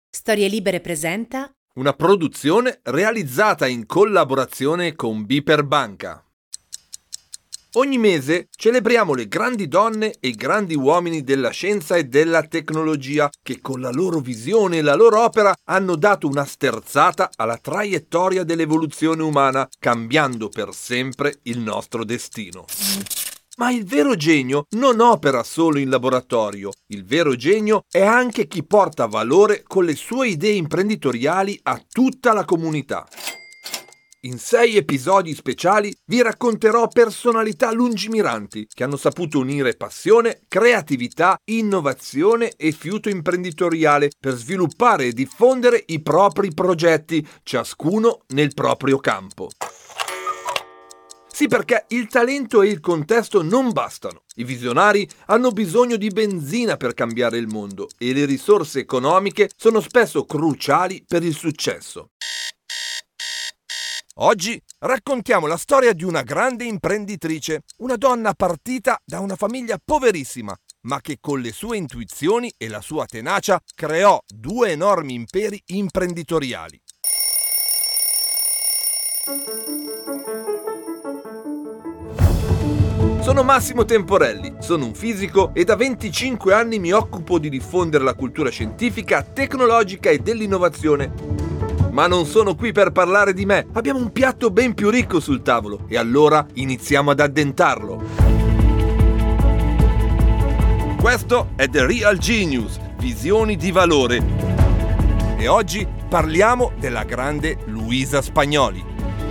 Storie Libere presenta una produzione realizzata in collaborazione con Biper Banca. Ogni mese celebriamo le grandi donne e i grandi uomini della scienza e della tecnologia che con la loro visione e la loro opera hanno dato una sterzata alla traiettoria dell'evoluzione umana, cambiando per sempre il nostro destino. Ma il vero genio non opera solo in laboratorio, il vero genio è anche chi porta valore con le sue idee imprenditoriali a tutta la comunità. In 6 episodi speciali vi racconterò personalità lungimiranti che hanno saputo unire passione, creatività, innovazione e fiuto imprenditoriale per sviluppare e diffondere i propri progetti, ciascuno nel proprio campo. Sì, perché il talento e il contesto non bastano. I visionari hanno bisogno di benzina per cambiare il mondo e le risorse economiche sono spesso cruciali per il successo. Oggi raccontiamo la storia di una grande imprenditrice, una donna partita da una famiglia poverissima, ma che con le sue intuizioni e la sua tenacia creò 2 enormi imperi imprenditoriali. Sono Massimo Temporelli, sono un fisico e da 25 anni mi occupo di diffondere la cultura scientifica, tecnologica e dell'innovazione. Ma non sono qui per parlare di me, abbiamo un piatto ben più ricco sul tavolo e allora iniziamo ad addentarlo. Questo è The Real Genius, visioni di valore. E oggi parliamo della grande Luisa Spagnoli.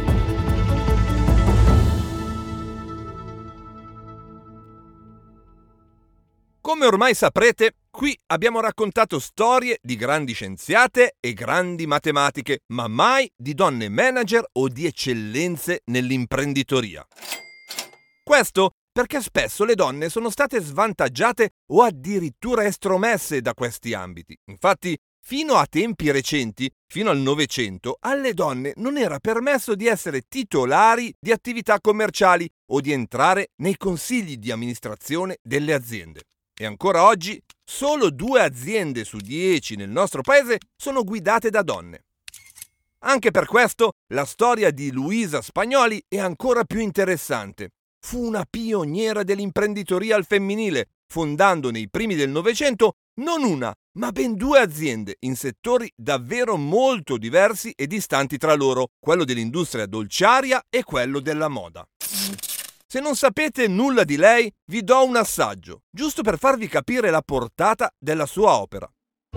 Come ormai saprete, qui abbiamo raccontato storie di grandi scienziate e grandi matematiche, ma mai di donne manager o di eccellenze nell'imprenditoria. Questo perché spesso le donne sono state svantaggiate o addirittura estromesse da questi ambiti. Infatti, fino a tempi recenti, fino al Novecento, alle donne non era permesso di essere titolari di attività commerciali o di entrare nei consigli di amministrazione delle aziende. E ancora oggi, solo 2 aziende su 10 nel nostro paese sono guidate da donne. Anche per questo, la storia di Luisa Spagnoli è ancora più interessante. Fu una pioniera dell'imprenditoria al femminile, fondando nei primi del Novecento non una, ma ben 2 aziende in settori davvero molto diversi e distanti tra loro, quello dell'industria dolciaria e quello della moda. Se non sapete nulla di lei, vi do un assaggio, giusto per farvi capire la portata della sua opera.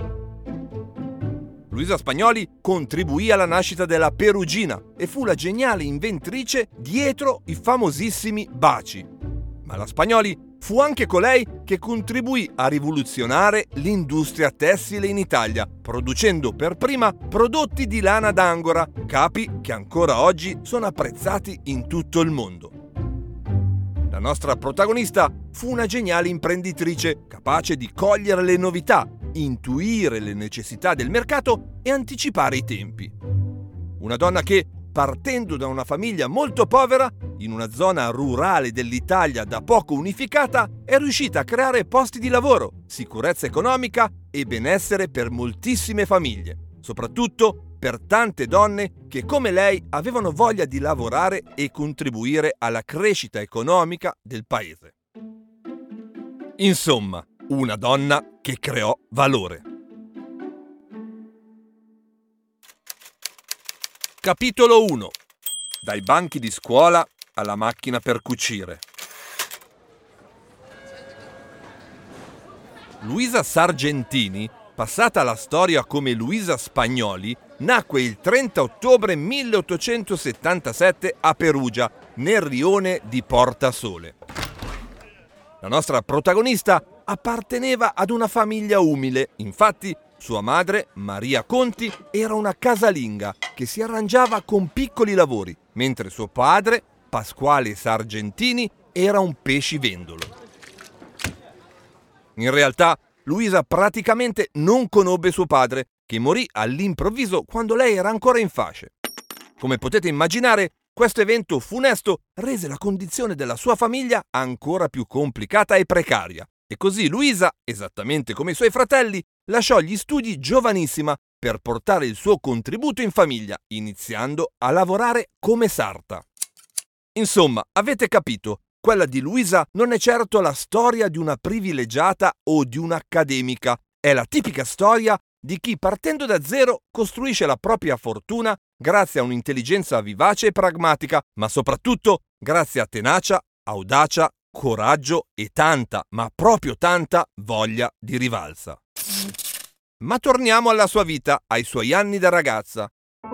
Luisa Spagnoli contribuì alla nascita della Perugina e fu la geniale inventrice dietro i famosissimi baci. Ma la Spagnoli fu anche colei che contribuì a rivoluzionare l'industria tessile in Italia, producendo per prima prodotti di lana d'angora, capi che ancora oggi sono apprezzati in tutto il mondo. La nostra protagonista fu una geniale imprenditrice, capace di cogliere le novità, intuire le necessità del mercato e anticipare i tempi. Una donna che, partendo da una famiglia molto povera, in una zona rurale dell'Italia da poco unificata, è riuscita a creare posti di lavoro, sicurezza economica e benessere per moltissime famiglie, soprattutto per tante donne che come lei avevano voglia di lavorare e contribuire alla crescita economica del paese. Insomma, una donna che creò valore. Capitolo 1. Dai banchi di scuola alla macchina per cucire. Luisa Sargentini, passata alla storia come Luisa Spagnoli, nacque il 30 ottobre 1877 a Perugia, nel rione di Porta Sole. La nostra protagonista apparteneva ad una famiglia umile, infatti sua madre, Maria Conti, era una casalinga che si arrangiava con piccoli lavori, mentre suo padre, Pasquale Sargentini, era un pescivendolo. In realtà, Luisa praticamente non conobbe suo padre, che morì all'improvviso quando lei era ancora in fasce. Come potete immaginare, questo evento funesto rese la condizione della sua famiglia ancora più complicata e precaria. E così Luisa, esattamente come i suoi fratelli, lasciò gli studi giovanissima per portare il suo contributo in famiglia, iniziando a lavorare come sarta. Insomma, avete capito, quella di Luisa non è certo la storia di una privilegiata o di un'accademica, è la tipica storia di chi partendo da zero costruisce la propria fortuna grazie a un'intelligenza vivace e pragmatica, ma soprattutto grazie a tenacia, audacia, coraggio e tanta, ma proprio tanta, voglia di rivalsa. Ma torniamo alla sua vita, ai suoi anni da ragazza.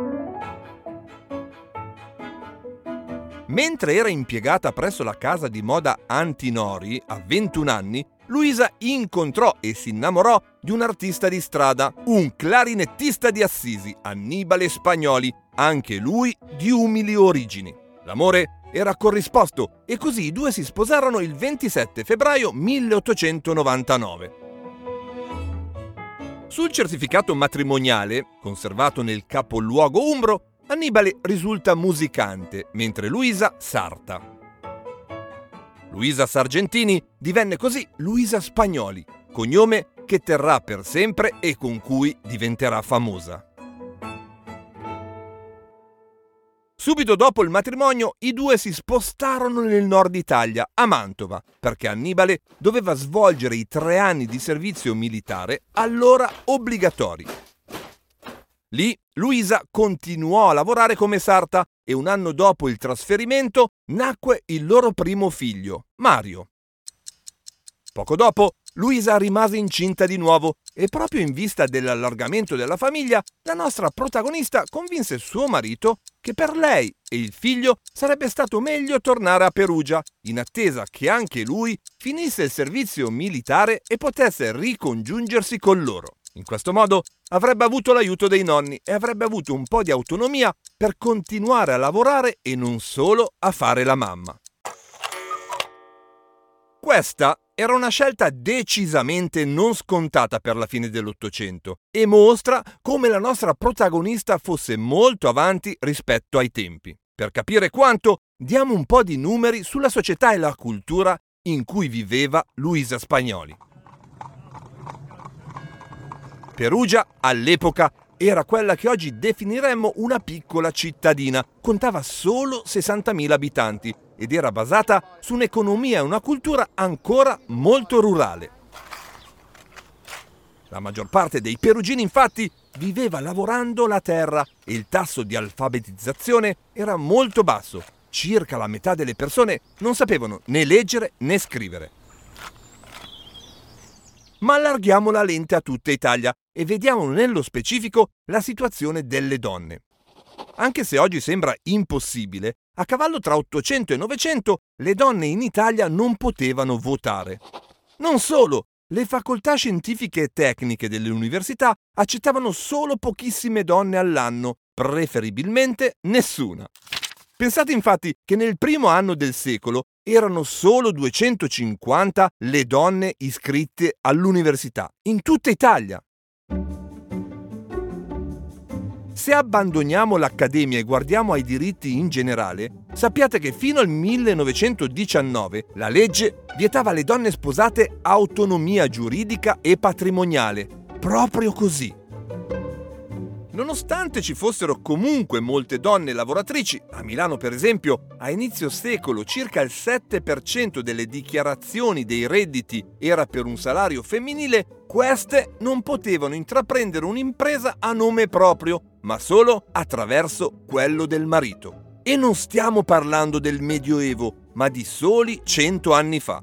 Mentre era impiegata presso la casa di moda Antinori, a 21 anni, Luisa incontrò e si innamorò di un artista di strada, un clarinettista di Assisi, Annibale Spagnoli, anche lui di umili origini. L'amore era corrisposto e così i due si sposarono il 27 febbraio 1899. Sul certificato matrimoniale, conservato nel capoluogo umbro, Annibale risulta musicante, mentre Luisa sarta. Luisa Sargentini divenne così Luisa Spagnoli, cognome che terrà per sempre e con cui diventerà famosa. Subito dopo il matrimonio i due si spostarono nel nord Italia, a Mantova, perché Annibale doveva svolgere i 3 anni di servizio militare, allora obbligatori. Lì Luisa continuò a lavorare come sarta e un anno dopo il trasferimento nacque il loro primo figlio, Mario. Poco dopo Luisa rimase incinta di nuovo e proprio in vista dell'allargamento della famiglia la nostra protagonista convinse suo marito che per lei e il figlio sarebbe stato meglio tornare a Perugia, in attesa che anche lui finisse il servizio militare e potesse ricongiungersi con loro. In questo modo avrebbe avuto l'aiuto dei nonni e avrebbe avuto un po' di autonomia per continuare a lavorare e non solo a fare la mamma. Questa era una scelta decisamente non scontata per la fine dell'Ottocento e mostra come la nostra protagonista fosse molto avanti rispetto ai tempi. Per capire quanto, diamo un po' di numeri sulla società e la cultura in cui viveva Luisa Spagnoli. Perugia, all'epoca, era quella che oggi definiremmo una piccola cittadina. Contava solo 60.000 abitanti ed era basata su un'economia e una cultura ancora molto rurale. La maggior parte dei perugini, infatti, viveva lavorando la terra e il tasso di alfabetizzazione era molto basso. Circa la metà delle persone non sapevano né leggere né scrivere. Ma allarghiamo la lente a tutta Italia e vediamo nello specifico la situazione delle donne. Anche se oggi sembra impossibile, a cavallo tra 800 e 900 le donne in Italia non potevano votare. Non solo, le facoltà scientifiche e tecniche delle università accettavano solo pochissime donne all'anno, preferibilmente nessuna. Pensate infatti che nel primo anno del secolo erano solo 250 le donne iscritte all'università, in tutta Italia. Se abbandoniamo l'accademia e guardiamo ai diritti in generale, sappiate che fino al 1919 la legge vietava alle donne sposate autonomia giuridica e patrimoniale, proprio così. Nonostante ci fossero comunque molte donne lavoratrici, a Milano per esempio, a inizio secolo circa il 7% delle dichiarazioni dei redditi era per un salario femminile, queste non potevano intraprendere un'impresa a nome proprio, ma solo attraverso quello del marito. E non stiamo parlando del Medioevo, ma di soli 100 anni fa.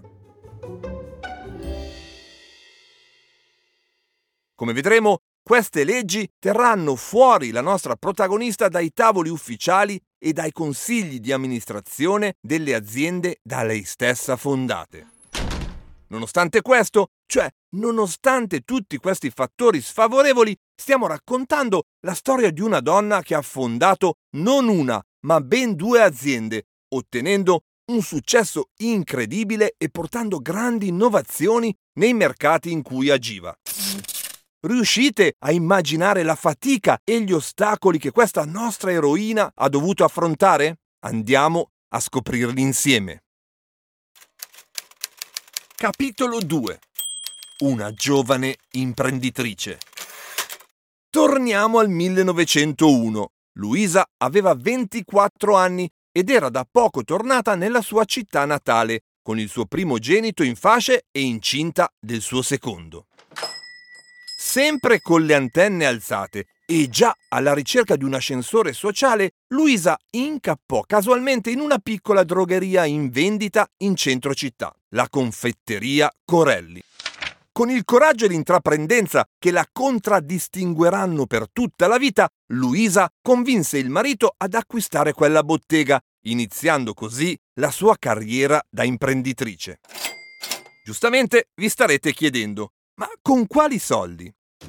Come vedremo, queste leggi terranno fuori la nostra protagonista dai tavoli ufficiali e dai consigli di amministrazione delle aziende da lei stessa fondate. Nonostante questo, cioè nonostante tutti questi fattori sfavorevoli, stiamo raccontando la storia di una donna che ha fondato non una, ma ben 2 aziende, ottenendo un successo incredibile e portando grandi innovazioni nei mercati in cui agiva. Riuscite a immaginare la fatica e gli ostacoli che questa nostra eroina ha dovuto affrontare? Andiamo a scoprirli insieme. Capitolo 2. una giovane imprenditrice. Torniamo al 1901. Luisa aveva 24 anni ed era da poco tornata nella sua città natale, con il suo primogenito in fasce e incinta del suo secondo. Sempre con le antenne alzate e già alla ricerca di un ascensore sociale, Luisa incappò casualmente in una piccola drogheria in vendita in centro città, la confetteria Corelli. Con il coraggio e l'intraprendenza che la contraddistingueranno per tutta la vita, Luisa convinse il marito ad acquistare quella bottega, iniziando così la sua carriera da imprenditrice. Giustamente vi starete chiedendo, ma con quali soldi?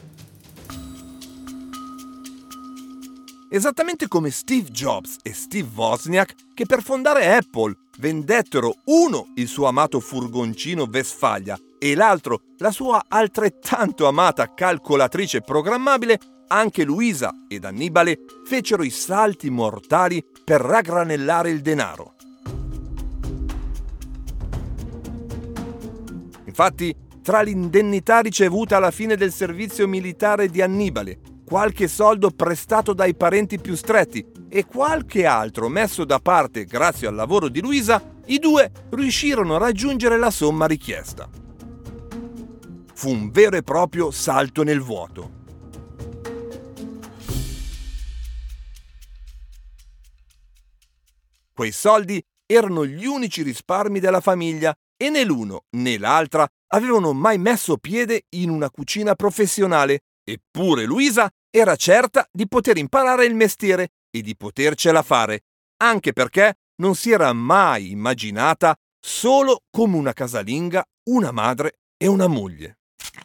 Esattamente come Steve Jobs e Steve Wozniak, che per fondare Apple vendettero uno il suo amato furgoncino Westfalia e l'altro la sua altrettanto amata calcolatrice programmabile, anche Luisa ed Annibale fecero i salti mortali per raggranellare il denaro. Infatti, tra l'indennità ricevuta alla fine del servizio militare di Annibale, qualche soldo prestato dai parenti più stretti e qualche altro messo da parte grazie al lavoro di Luisa, i due riuscirono a raggiungere la somma richiesta. Fu un vero e proprio salto nel vuoto. Quei soldi erano gli unici risparmi della famiglia e né l'uno né l'altra avevano mai messo piede in una cucina professionale. Eppure Luisa era certa di poter imparare il mestiere e di potercela fare, anche perché non si era mai immaginata solo come una casalinga, una madre e una moglie.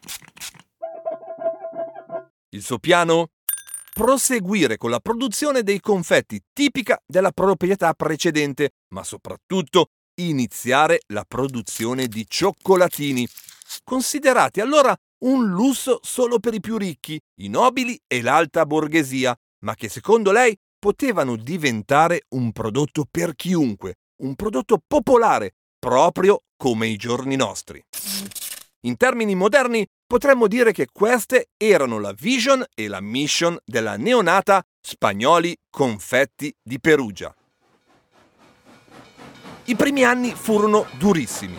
Il suo piano? Proseguire con la produzione dei confetti tipica della proprietà precedente, ma soprattutto iniziare la produzione di cioccolatini, considerati allora un lusso solo per i più ricchi, i nobili e l'alta borghesia, ma che secondo lei potevano diventare un prodotto per chiunque, un prodotto popolare, proprio come i giorni nostri. In termini moderni potremmo dire che queste erano la vision e la mission della neonata Spagnoli Confetti di Perugia. I primi anni furono durissimi.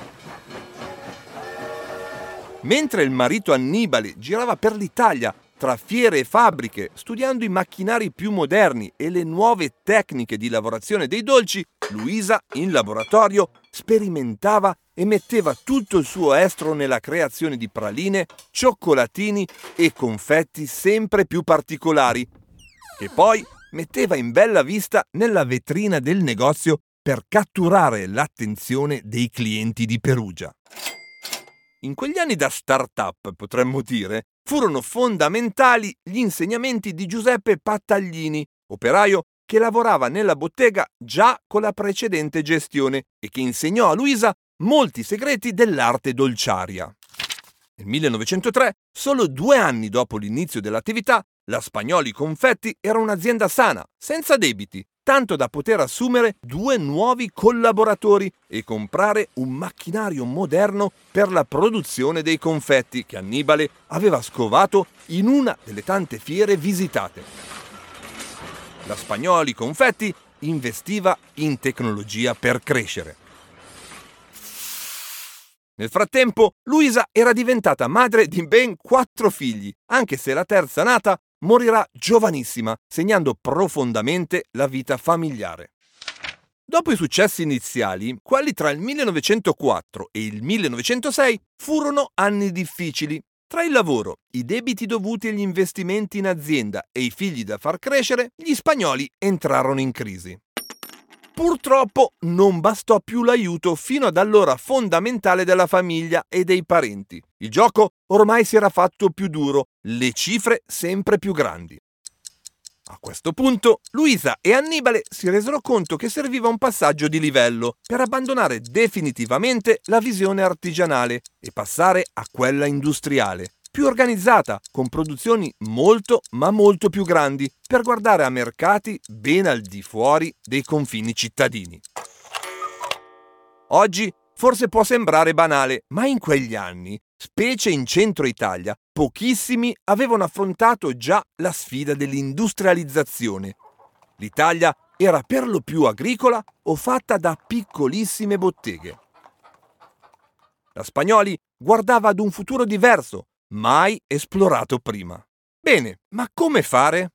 Mentre il marito Annibale girava per l'Italia tra fiere e fabbriche, studiando i macchinari più moderni e le nuove tecniche di lavorazione dei dolci, Luisa in laboratorio sperimentava e metteva tutto il suo estro nella creazione di praline, cioccolatini e confetti sempre più particolari, che poi metteva in bella vista nella vetrina del negozio per catturare l'attenzione dei clienti di Perugia. In quegli anni da start-up, potremmo dire, furono fondamentali gli insegnamenti di Giuseppe Pattaglini, operaio che lavorava nella bottega già con la precedente gestione e che insegnò a Luisa molti segreti dell'arte dolciaria. Nel 1903, solo 2 anni dopo l'inizio dell'attività, la Spagnoli Confetti era un'azienda sana, senza debiti, tanto da poter assumere 2 nuovi collaboratori e comprare un macchinario moderno per la produzione dei confetti che Annibale aveva scovato in una delle tante fiere visitate. La Spagnoli Confetti investiva in tecnologia per crescere. Nel frattempo, Luisa era diventata madre di ben 4 figli, anche se la terza nata morirà giovanissima, segnando profondamente la vita familiare. Dopo i successi iniziali, quelli tra il 1904 e il 1906 furono anni difficili. Tra il lavoro, i debiti dovuti agli investimenti in azienda e i figli da far crescere, gli spagnoli entrarono in crisi. Purtroppo non bastò più l'aiuto fino ad allora fondamentale della famiglia e dei parenti. Il gioco ormai si era fatto più duro, le cifre sempre più grandi. A questo punto Luisa e Annibale si resero conto che serviva un passaggio di livello per abbandonare definitivamente la visione artigianale e passare a quella industriale, più organizzata, con produzioni molto ma molto più grandi, per guardare a mercati ben al di fuori dei confini cittadini. Oggi forse può sembrare banale, ma in quegli anni Specie in centro Italia, pochissimi avevano affrontato già la sfida dell'industrializzazione. L'Italia era per lo più agricola o fatta da piccolissime botteghe. La Spagnoli guardava ad un futuro diverso, mai esplorato prima. Bene, ma come fare?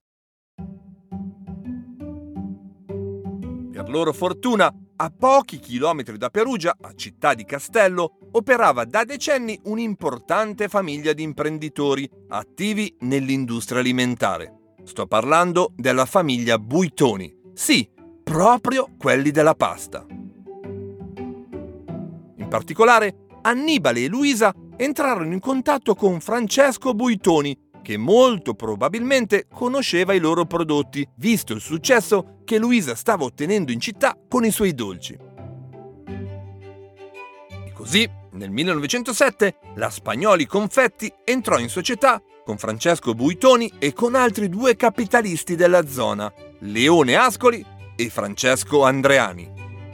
Per loro fortuna, a pochi chilometri da Perugia, a Città di Castello, operava da decenni un'importante famiglia di imprenditori attivi nell'industria alimentare. Sto parlando della famiglia Buitoni. Sì, proprio quelli della pasta. In particolare, Annibale e Luisa entrarono in contatto con Francesco Buitoni, che molto probabilmente conosceva i loro prodotti, visto il successo che Luisa stava ottenendo in città con i suoi dolci. E così, nel 1907, la Spagnoli Confetti entrò in società con Francesco Buitoni e con altri 2 capitalisti della zona, Leone Ascoli e Francesco Andreani.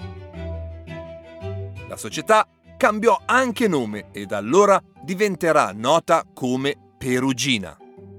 La società cambiò anche nome e da allora diventerà nota come Perugina.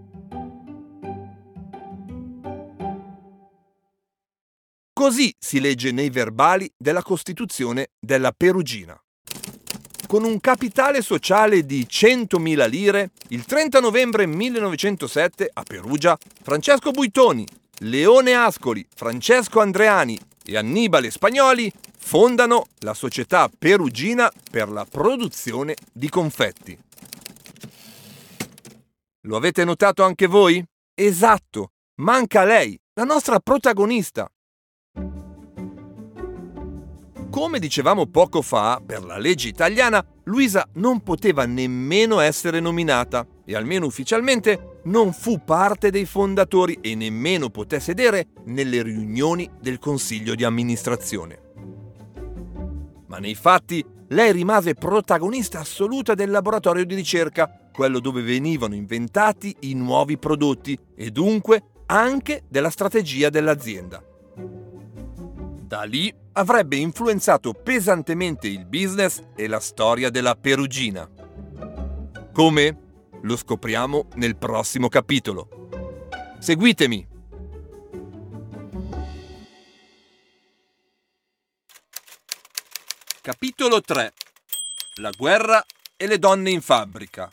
Così si legge nei verbali della Costituzione della Perugina. Con un capitale sociale di 100.000 lire, il 30 novembre 1907 a Perugia, Francesco Buitoni, Leone Ascoli, Francesco Andreani e Annibale Spagnoli fondano la società Perugina per la produzione di confetti. Lo avete notato anche voi? Esatto, manca lei, la nostra protagonista. Come dicevamo poco fa, per la legge italiana, Luisa non poteva nemmeno essere nominata e almeno ufficialmente non fu parte dei fondatori e nemmeno poté sedere nelle riunioni del consiglio di amministrazione. Ma nei fatti lei rimase protagonista assoluta del laboratorio di ricerca, quello dove venivano inventati i nuovi prodotti e dunque anche della strategia dell'azienda. Da lì avrebbe influenzato pesantemente il business e la storia della Perugina. Come? Lo scopriamo nel prossimo capitolo. Seguitemi! Capitolo 3. La guerra e le donne in fabbrica.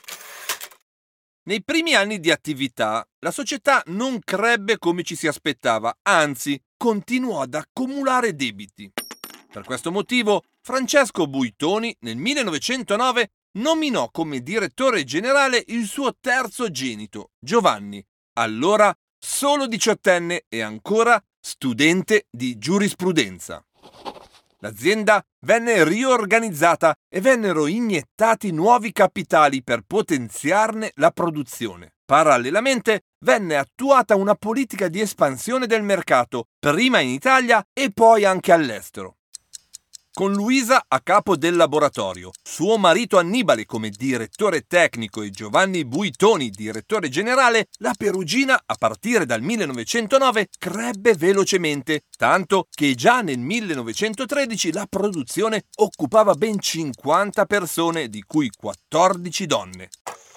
Nei primi anni di attività, la società non crebbe come ci si aspettava, anzi, continuò ad accumulare debiti. Per questo motivo, Francesco Buitoni, nel 1909, nominò come direttore generale il suo terzogenito, Giovanni, allora solo 18enne e ancora studente di giurisprudenza. L'azienda venne riorganizzata e vennero iniettati nuovi capitali per potenziarne la produzione. Parallelamente venne attuata una politica di espansione del mercato, prima in Italia e poi anche all'estero. Con Luisa a capo del laboratorio, suo marito Annibale come direttore tecnico e Giovanni Buitoni direttore generale, la Perugina a partire dal 1909 crebbe velocemente, tanto che già nel 1913 la produzione occupava ben 50 persone, di cui 14 donne.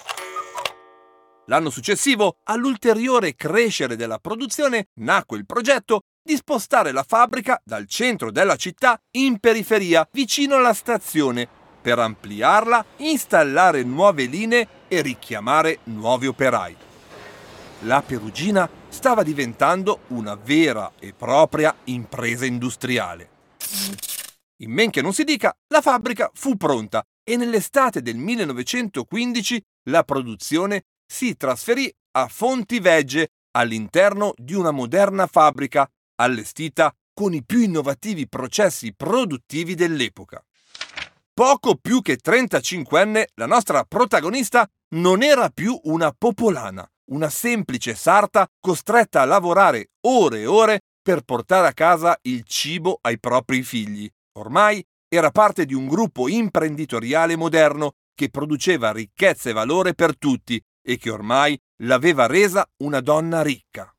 L'anno successivo, all'ulteriore crescere della produzione, nacque il progetto di spostare la fabbrica dal centro della città in periferia, vicino alla stazione, per ampliarla, installare nuove linee e richiamare nuovi operai. La Perugina stava diventando una vera e propria impresa industriale. In men che non si dica, la fabbrica fu pronta e nell'estate del 1915 la produzione si trasferì a Fontivegge, all'interno di una moderna fabbrica allestita con i più innovativi processi produttivi dell'epoca. Poco più che 35enne, la nostra protagonista non era più una popolana, una semplice sarta costretta a lavorare ore e ore per portare a casa il cibo ai propri figli. Ormai era parte di un gruppo imprenditoriale moderno che produceva ricchezza e valore per tutti e che ormai l'aveva resa una donna ricca.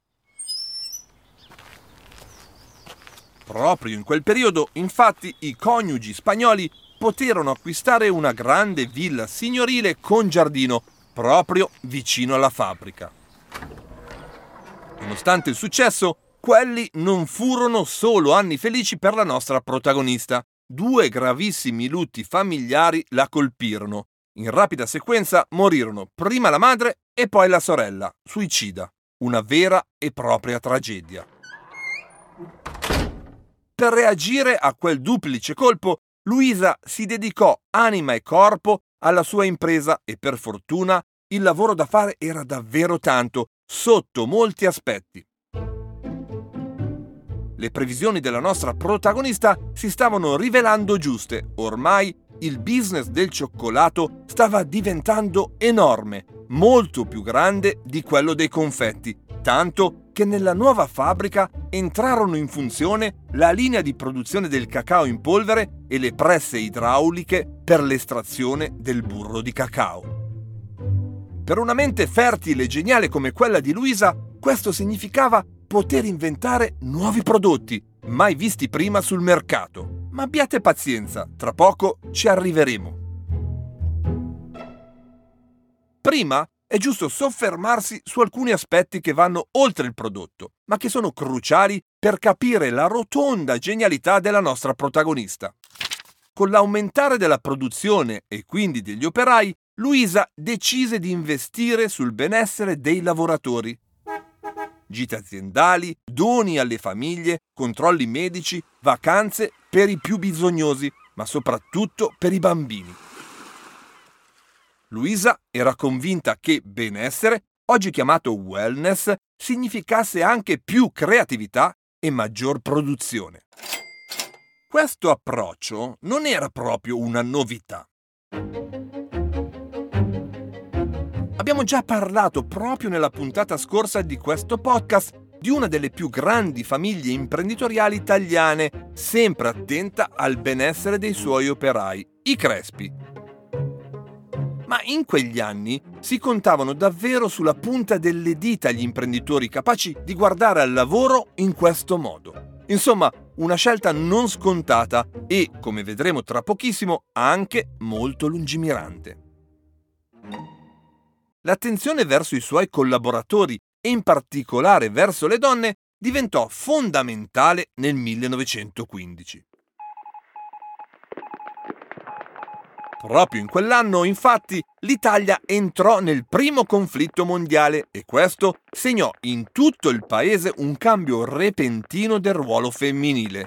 Proprio in quel periodo, infatti, i coniugi spagnoli poterono acquistare una grande villa signorile con giardino proprio vicino alla fabbrica. Nonostante il successo, quelli non furono solo anni felici per la nostra protagonista. 2 gravissimi lutti familiari la colpirono. In rapida sequenza morirono prima la madre e poi la sorella, suicida. Una vera e propria tragedia. Per reagire a quel duplice colpo, Luisa si dedicò anima e corpo alla sua impresa e per fortuna il lavoro da fare era davvero tanto, sotto molti aspetti. Le previsioni della nostra protagonista si stavano rivelando giuste. Ormai il business del cioccolato stava diventando enorme, molto più grande di quello dei confetti, tanto che nella nuova fabbrica entrarono in funzione la linea di produzione del cacao in polvere e le presse idrauliche per l'estrazione del burro di cacao. Per una mente fertile e geniale come quella di Luisa, questo significava poter inventare nuovi prodotti, mai visti prima sul mercato. Ma abbiate pazienza, tra poco ci arriveremo. Prima è giusto soffermarsi su alcuni aspetti che vanno oltre il prodotto, ma che sono cruciali per capire la rotonda genialità della nostra protagonista. Con l'aumentare della produzione e quindi degli operai, Luisa decise di investire sul benessere dei lavoratori. Gite aziendali, doni alle famiglie, controlli medici, vacanze per i più bisognosi, ma soprattutto per i bambini. Luisa era convinta che benessere, oggi chiamato wellness, significasse anche più creatività e maggior produzione. Questo approccio non era proprio una novità. Abbiamo già parlato proprio nella puntata scorsa di questo podcast di una delle più grandi famiglie imprenditoriali italiane, sempre attenta al benessere dei suoi operai, i Crespi. Ma in quegli anni si contavano davvero sulla punta delle dita gli imprenditori capaci di guardare al lavoro in questo modo. Insomma, una scelta non scontata e, come vedremo tra pochissimo, anche molto lungimirante. L'attenzione verso i suoi collaboratori e in particolare verso le donne diventò fondamentale nel 1915. Proprio in quell'anno, infatti, l'Italia entrò nel primo conflitto mondiale e questo segnò in tutto il paese un cambio repentino del ruolo femminile.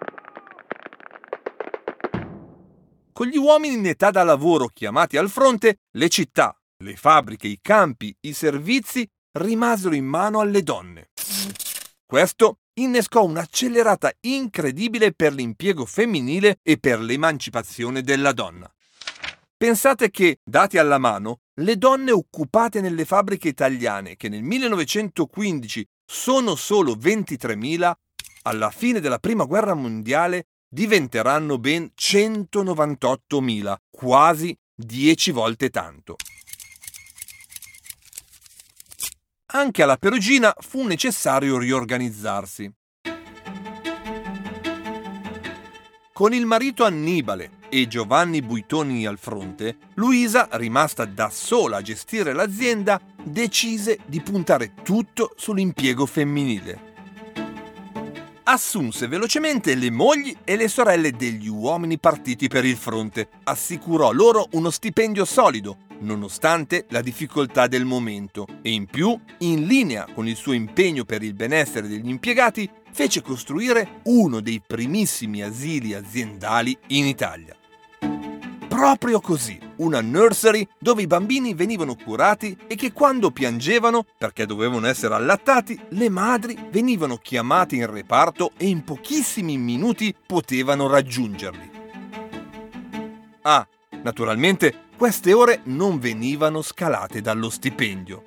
Con gli uomini in età da lavoro chiamati al fronte, le città, le fabbriche, i campi, i servizi rimasero in mano alle donne. Questo innescò un'accelerata incredibile per l'impiego femminile e per l'emancipazione della donna. Pensate che, dati alla mano, le donne occupate nelle fabbriche italiane, che nel 1915 sono solo 23.000, alla fine della Prima Guerra Mondiale diventeranno ben 198.000, quasi 10 volte tanto. Anche alla Perugina fu necessario riorganizzarsi. Con il marito Annibale e Giovanni Buitoni al fronte, Luisa, rimasta da sola a gestire l'azienda, decise di puntare tutto sull'impiego femminile. Assunse velocemente le mogli e le sorelle degli uomini partiti per il fronte, assicurò loro uno stipendio solido, nonostante la difficoltà del momento, e in più, in linea con il suo impegno per il benessere degli impiegati, fece costruire uno dei primissimi asili aziendali in Italia. Proprio così, una nursery dove i bambini venivano curati e che quando piangevano, perché dovevano essere allattati, le madri venivano chiamate in reparto e in pochissimi minuti potevano raggiungerli. Ah, naturalmente queste ore non venivano scalate dallo stipendio.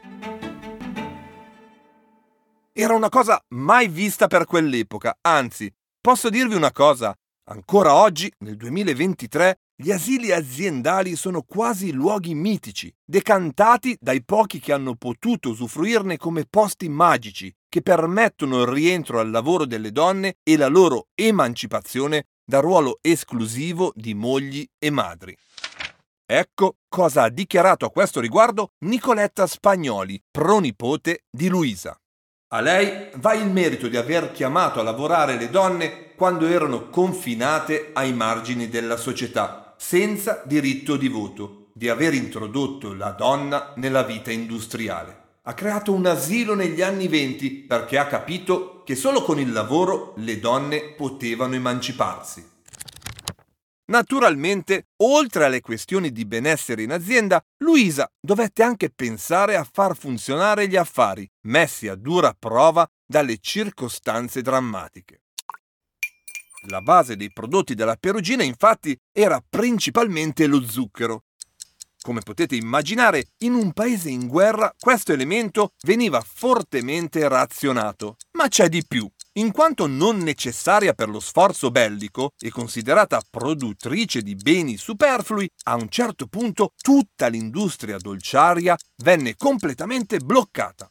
Era una cosa mai vista per quell'epoca, anzi, posso dirvi una cosa, ancora oggi, nel 2023, gli asili aziendali sono quasi luoghi mitici, decantati dai pochi che hanno potuto usufruirne come posti magici che permettono il rientro al lavoro delle donne e la loro emancipazione dal ruolo esclusivo di mogli e madri. Ecco cosa ha dichiarato a questo riguardo Nicoletta Spagnoli, pronipote di Luisa. A lei va il merito di aver chiamato a lavorare le donne quando erano confinate ai margini della società, senza diritto di voto, di aver introdotto la donna nella vita industriale. Ha creato un asilo negli anni '20 perché ha capito che solo con il lavoro le donne potevano emanciparsi. Naturalmente, oltre alle questioni di benessere in azienda, Luisa dovette anche pensare a far funzionare gli affari, messi a dura prova dalle circostanze drammatiche. La base dei prodotti della Perugina, infatti, era principalmente lo zucchero. Come potete immaginare, in un paese in guerra questo elemento veniva fortemente razionato. Ma c'è di più. In quanto non necessaria per lo sforzo bellico e considerata produttrice di beni superflui, a un certo punto tutta l'industria dolciaria venne completamente bloccata.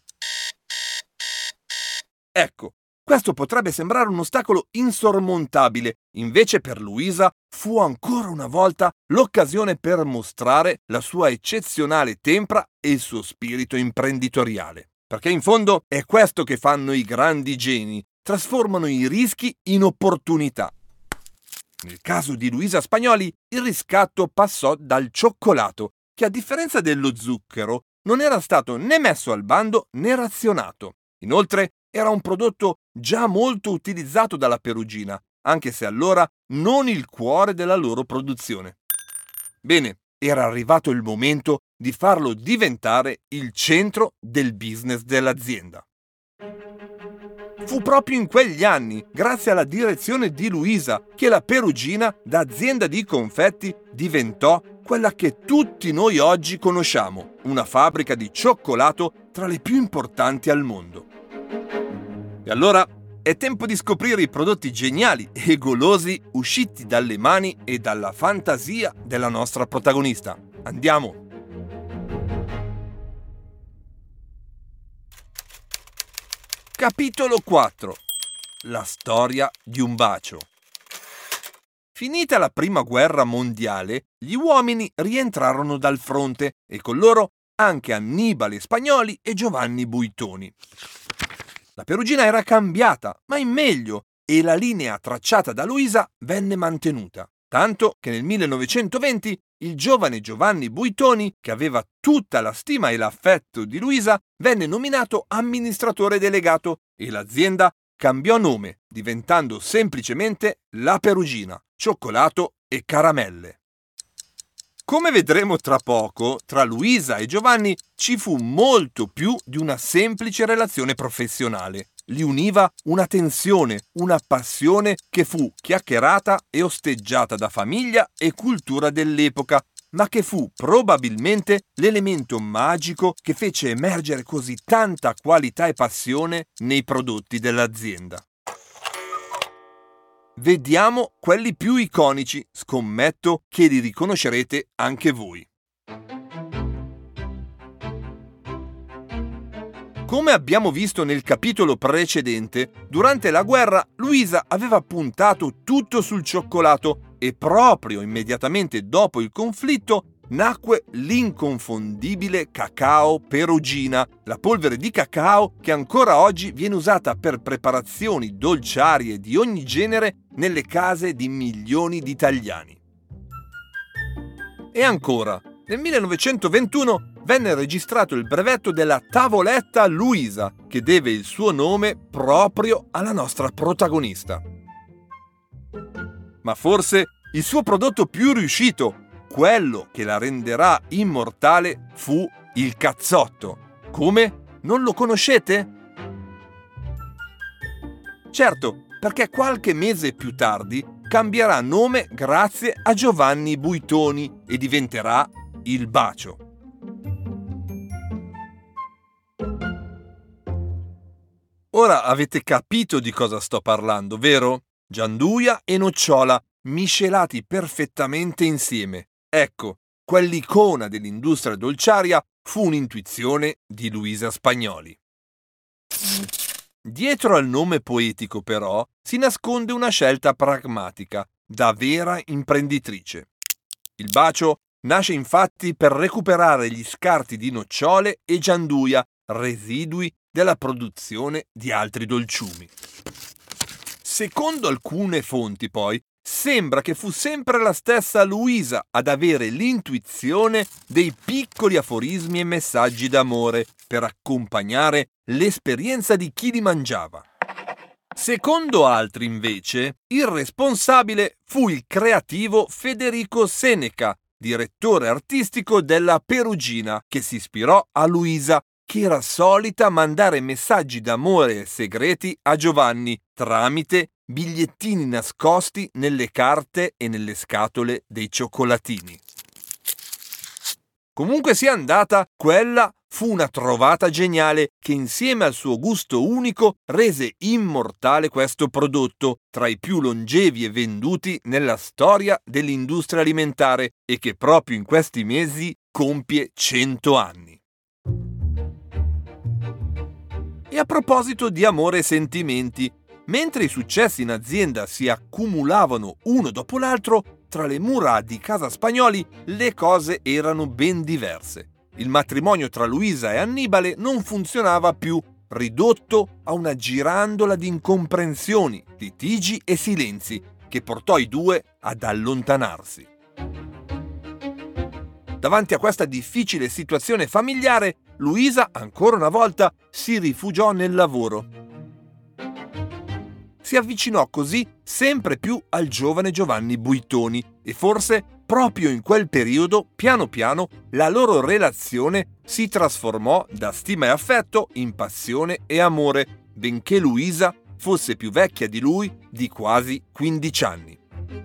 Ecco, questo potrebbe sembrare un ostacolo insormontabile, invece per Luisa fu ancora una volta l'occasione per mostrare la sua eccezionale tempra e il suo spirito imprenditoriale. Perché in fondo è questo che fanno i grandi geni, trasformano i rischi in opportunità. Nel caso di Luisa Spagnoli, il riscatto passò dal cioccolato, che a differenza dello zucchero non era stato né messo al bando né razionato. Inoltre era un prodotto già molto utilizzato dalla Perugina, anche se allora non il cuore della loro produzione. Bene, era arrivato il momento di farlo diventare il centro del business dell'azienda. Fu proprio in quegli anni, grazie alla direzione di Luisa, che la Perugina, da azienda di confetti, diventò quella che tutti noi oggi conosciamo, una fabbrica di cioccolato tra le più importanti al mondo. E allora è tempo di scoprire i prodotti geniali e golosi usciti dalle mani e dalla fantasia della nostra protagonista. Andiamo! Capitolo 4. La storia di un bacio. Finita la prima guerra mondiale, gli uomini rientrarono dal fronte e con loro anche Annibale Spagnoli e Giovanni Buitoni. La Perugina era cambiata, ma in meglio, e la linea tracciata da Luisa venne mantenuta. Tanto che nel 1920 il giovane Giovanni Buitoni, che aveva tutta la stima e l'affetto di Luisa, venne nominato amministratore delegato e l'azienda cambiò nome, diventando semplicemente La Perugina, cioccolato e caramelle. Come vedremo tra poco, tra Luisa e Giovanni ci fu molto più di una semplice relazione professionale. Li univa una tensione, una passione che fu chiacchierata e osteggiata da famiglia e cultura dell'epoca, ma che fu probabilmente l'elemento magico che fece emergere così tanta qualità e passione nei prodotti dell'azienda. Vediamo quelli più iconici, scommetto che li riconoscerete anche voi. Come abbiamo visto nel capitolo precedente, durante la guerra Luisa aveva puntato tutto sul cioccolato e proprio immediatamente dopo il conflitto nacque l'inconfondibile cacao Perugina, la polvere di cacao che ancora oggi viene usata per preparazioni dolciarie di ogni genere nelle case di milioni di italiani. E ancora, nel 1921 venne registrato il brevetto della tavoletta Luisa, che deve il suo nome proprio alla nostra protagonista. Ma forse il suo prodotto più riuscito, quello che la renderà immortale, fu il cazzotto. Come? Non lo conoscete? Certo, perché qualche mese più tardi cambierà nome grazie a Giovanni Buitoni e diventerà il bacio. Ora avete capito di cosa sto parlando, vero? Gianduia e nocciola miscelati perfettamente insieme. Ecco, quell'icona dell'industria dolciaria fu un'intuizione di Luisa Spagnoli. Dietro al nome poetico, però, si nasconde una scelta pragmatica. da vera imprenditrice. Il bacio nasce infatti per recuperare gli scarti di nocciole e gianduia, residui della produzione di altri dolciumi. Secondo alcune fonti, poi, sembra che fu sempre la stessa Luisa ad avere l'intuizione dei piccoli aforismi e messaggi d'amore per accompagnare l'esperienza di chi li mangiava. Secondo altri, invece, il responsabile fu il creativo Federico Seneca, direttore artistico della Perugina, che si ispirò a Luisa, che era solita mandare messaggi d'amore segreti a Giovanni tramite bigliettini nascosti nelle carte e nelle scatole dei cioccolatini. Comunque sia andata, quella fu una trovata geniale che insieme al suo gusto unico rese immortale questo prodotto, tra i più longevi e venduti nella storia dell'industria alimentare e che proprio in questi mesi compie 100 anni. E a proposito di amore e sentimenti, mentre i successi in azienda si accumulavano uno dopo l'altro, tra le mura di casa Spagnoli le cose erano ben diverse. Il matrimonio tra Luisa e Annibale non funzionava più, ridotto a una girandola di incomprensioni, litigi e silenzi che portò i due ad allontanarsi. Davanti a questa difficile situazione familiare, Luisa, ancora una volta, si rifugiò nel lavoro. Si avvicinò così sempre più al giovane Giovanni Buitoni e forse proprio in quel periodo, piano piano, la loro relazione si trasformò da stima e affetto in passione e amore, benché Luisa fosse più vecchia di lui di quasi 15 anni.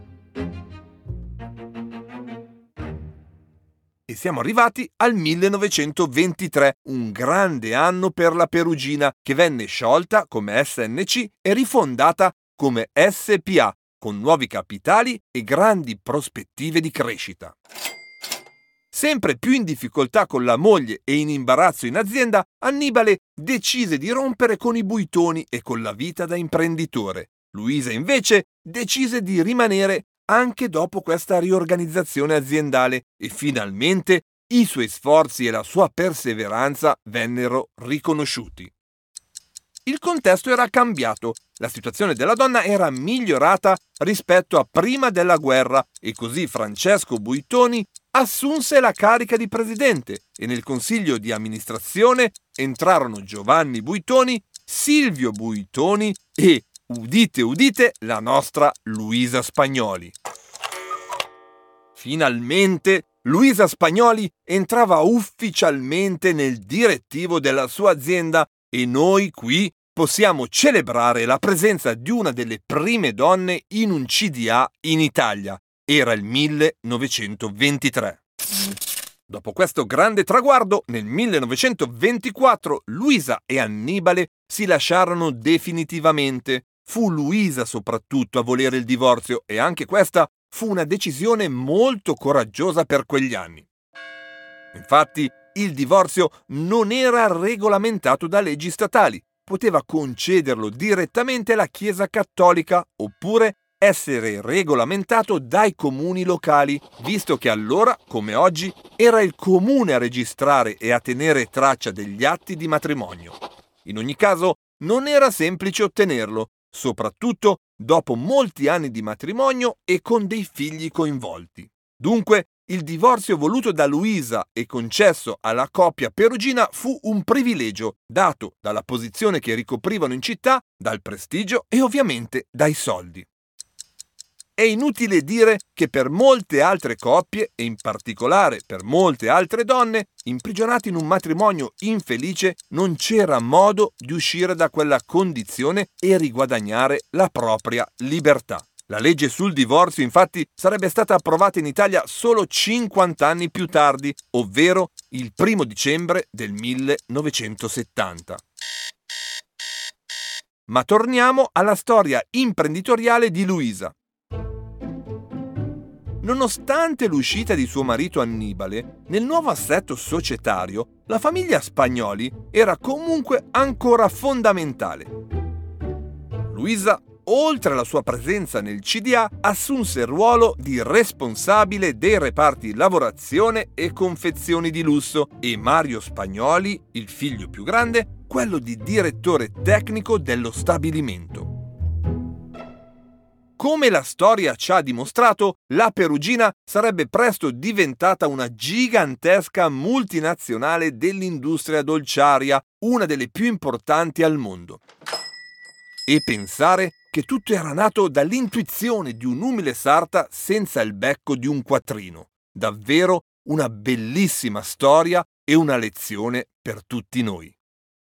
E siamo arrivati al 1923, un grande anno per la Perugina, che venne sciolta come SNC e rifondata come SPA, con nuovi capitali e grandi prospettive di crescita. Sempre più in difficoltà con la moglie e in imbarazzo in azienda, Annibale decise di rompere con i Buitoni e con la vita da imprenditore. Luisa invece decise di rimanere anche dopo questa riorganizzazione aziendale e finalmente i suoi sforzi e la sua perseveranza vennero riconosciuti. Il contesto era cambiato, la situazione della donna era migliorata rispetto a prima della guerra e così Francesco Buitoni assunse la carica di presidente e nel consiglio di amministrazione entrarono Giovanni Buitoni, Silvio Buitoni e, udite udite, la nostra Luisa Spagnoli. Finalmente Luisa Spagnoli entrava ufficialmente nel direttivo della sua azienda e noi qui possiamo celebrare la presenza di una delle prime donne in un CDA in Italia. Era il 1923. Dopo questo grande traguardo, nel 1924 Luisa e Annibale si lasciarono definitivamente. Fu Luisa soprattutto a volere il divorzio e anche questa fu una decisione molto coraggiosa per quegli anni. Infatti, il divorzio non era regolamentato da leggi statali, poteva concederlo direttamente la Chiesa Cattolica oppure essere regolamentato dai comuni locali, visto che allora, come oggi, era il comune a registrare e a tenere traccia degli atti di matrimonio. In ogni caso, non era semplice ottenerlo, soprattutto dopo molti anni di matrimonio e con dei figli coinvolti. Dunque, il divorzio voluto da Luisa e concesso alla coppia perugina fu un privilegio dato dalla posizione che ricoprivano in città, dal prestigio e ovviamente dai soldi. È inutile dire che per molte altre coppie, e in particolare per molte altre donne, imprigionate in un matrimonio infelice, non c'era modo di uscire da quella condizione e riguadagnare la propria libertà. La legge sul divorzio, infatti, sarebbe stata approvata in Italia solo 50 anni più tardi, ovvero il 1 dicembre del 1970. Ma torniamo alla storia imprenditoriale di Luisa. Nonostante l'uscita di suo marito Annibale, nel nuovo assetto societario, la famiglia Spagnoli era comunque ancora fondamentale. Luisa oltre alla sua presenza nel CDA, assunse il ruolo di responsabile dei reparti lavorazione e confezioni di lusso e Mario Spagnoli, il figlio più grande, quello di direttore tecnico dello stabilimento. Come la storia ci ha dimostrato, la Perugina sarebbe presto diventata una gigantesca multinazionale dell'industria dolciaria, una delle più importanti al mondo. E pensare che tutto era nato dall'intuizione di un umile sarta senza il becco di un quattrino. Davvero una bellissima storia e una lezione per tutti noi.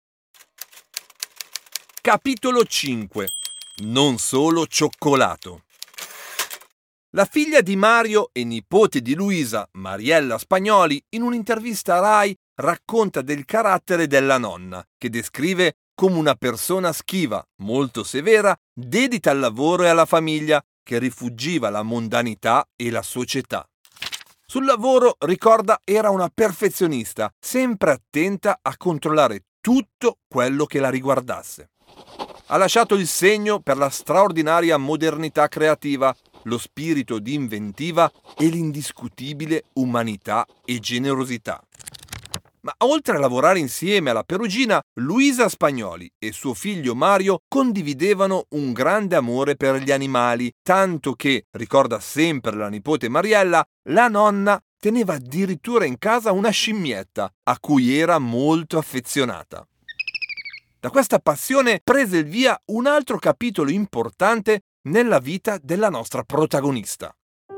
Capitolo 5. Non solo cioccolato. La figlia di Mario e nipote di Luisa, Mariella Spagnoli, in un'intervista a Rai racconta del carattere della nonna, che descrive come una persona schiva, molto severa, dedita al lavoro e alla famiglia, che rifuggiva la mondanità e la società. Sul lavoro, ricorda, era una perfezionista, sempre attenta a controllare tutto quello che la riguardasse. Ha lasciato il segno per la straordinaria modernità creativa, lo spirito di inventiva e l'indiscutibile umanità e generosità. Ma oltre a lavorare insieme alla Perugina, Luisa Spagnoli e suo figlio Mario condividevano un grande amore per gli animali, tanto che, ricorda sempre la nipote Mariella, la nonna teneva addirittura in casa una scimmietta, a cui era molto affezionata. Da questa passione prese il via un altro capitolo importante nella vita della nostra protagonista.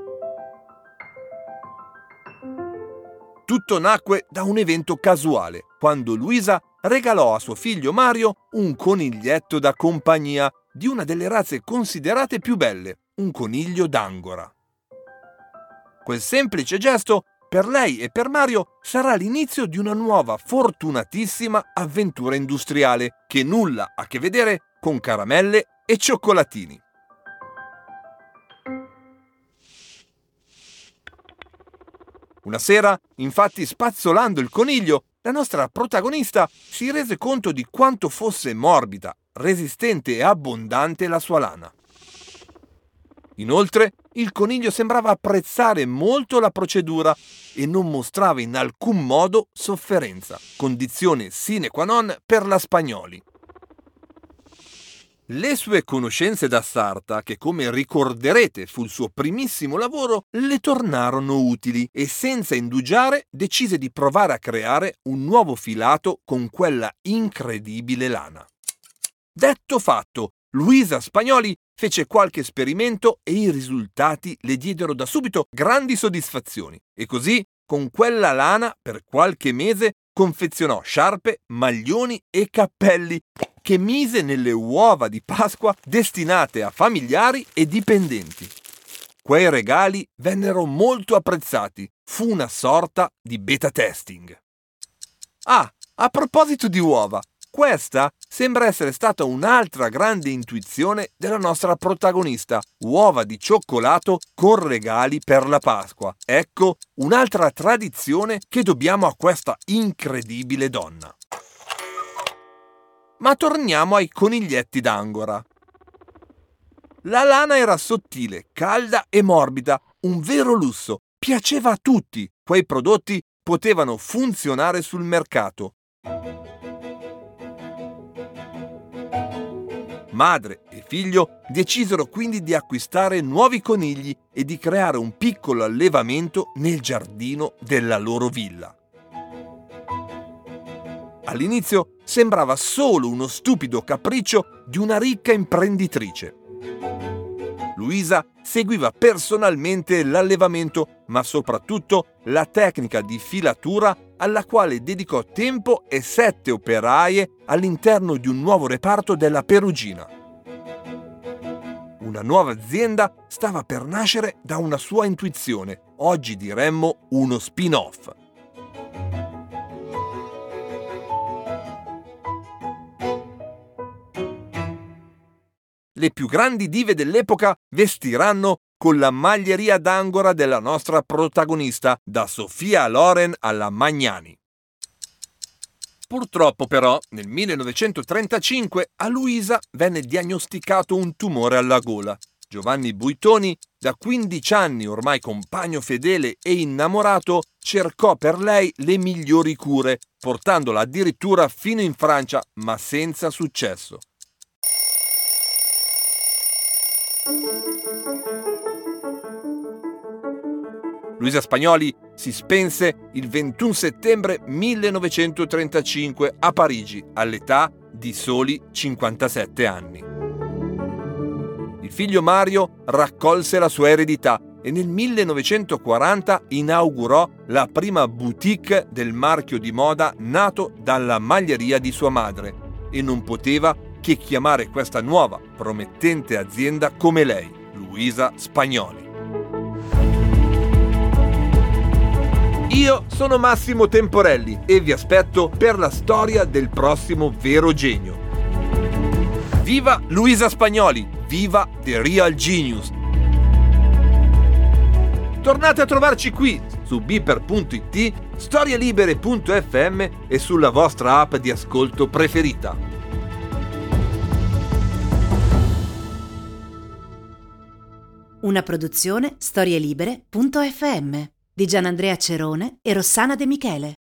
Tutto nacque da un evento casuale, quando Luisa regalò a suo figlio Mario un coniglietto da compagnia di una delle razze considerate più belle, un coniglio d'Angora. Quel semplice gesto, per lei e per Mario, sarà l'inizio di una nuova, fortunatissima avventura industriale che nulla ha a che vedere con caramelle e cioccolatini. Una sera, infatti, spazzolando il coniglio, la nostra protagonista si rese conto di quanto fosse morbida, resistente e abbondante la sua lana. Inoltre, il coniglio sembrava apprezzare molto la procedura e non mostrava in alcun modo sofferenza, condizione sine qua non per la Spagnoli. Le sue conoscenze da sarta, che come ricorderete fu il suo primissimo lavoro, le tornarono utili e senza indugiare decise di provare a creare un nuovo filato con quella incredibile lana. Detto fatto, Luisa Spagnoli fece qualche esperimento e i risultati le diedero da subito grandi soddisfazioni e così con quella lana per qualche mese confezionò sciarpe, maglioni e cappelli che mise nelle uova di Pasqua destinate a familiari e dipendenti. Quei regali vennero molto apprezzati, fu una sorta di beta testing. Ah, a proposito di uova, questa sembra essere stata un'altra grande intuizione della nostra protagonista, uova di cioccolato con regali per la Pasqua. Ecco, un'altra tradizione che dobbiamo a questa incredibile donna. Ma torniamo ai coniglietti d'Angora. La lana era sottile, calda e morbida, un vero lusso, piaceva a tutti. Quei prodotti potevano funzionare sul mercato. Madre e figlio decisero quindi di acquistare nuovi conigli e di creare un piccolo allevamento nel giardino della loro villa. All'inizio sembrava solo uno stupido capriccio di una ricca imprenditrice. Luisa seguiva personalmente l'allevamento, ma soprattutto la tecnica di filatura alla quale dedicò tempo e 7 operaie all'interno di un nuovo reparto della Perugina. Una nuova azienda stava per nascere da una sua intuizione, oggi diremmo uno spin-off. Le più grandi dive dell'epoca vestiranno con la maglieria d'Angora della nostra protagonista, da Sofia Loren alla Magnani. Purtroppo però, nel 1935 a Luisa venne diagnosticato un tumore alla gola. Giovanni Buitoni, da 15 anni ormai compagno fedele e innamorato, cercò per lei le migliori cure, portandola addirittura fino in Francia, ma senza successo. Luisa Spagnoli si spense il 21 settembre 1935 a Parigi, all'età di soli 57 anni. Il figlio Mario raccolse la sua eredità e nel 1940 inaugurò la prima boutique del marchio di moda nato dalla maglieria di sua madre e non poteva che chiamare questa nuova, promettente azienda come lei, Luisa Spagnoli. Io sono Massimo Temporelli e vi aspetto per la storia del prossimo vero genio. Viva Luisa Spagnoli! Viva The Real Genius! Tornate a trovarci qui su beeper.it, storielibere.fm e sulla vostra app di ascolto preferita. Una produzione storielibere.fm di Gianandrea Cerone e Rossana De Michele.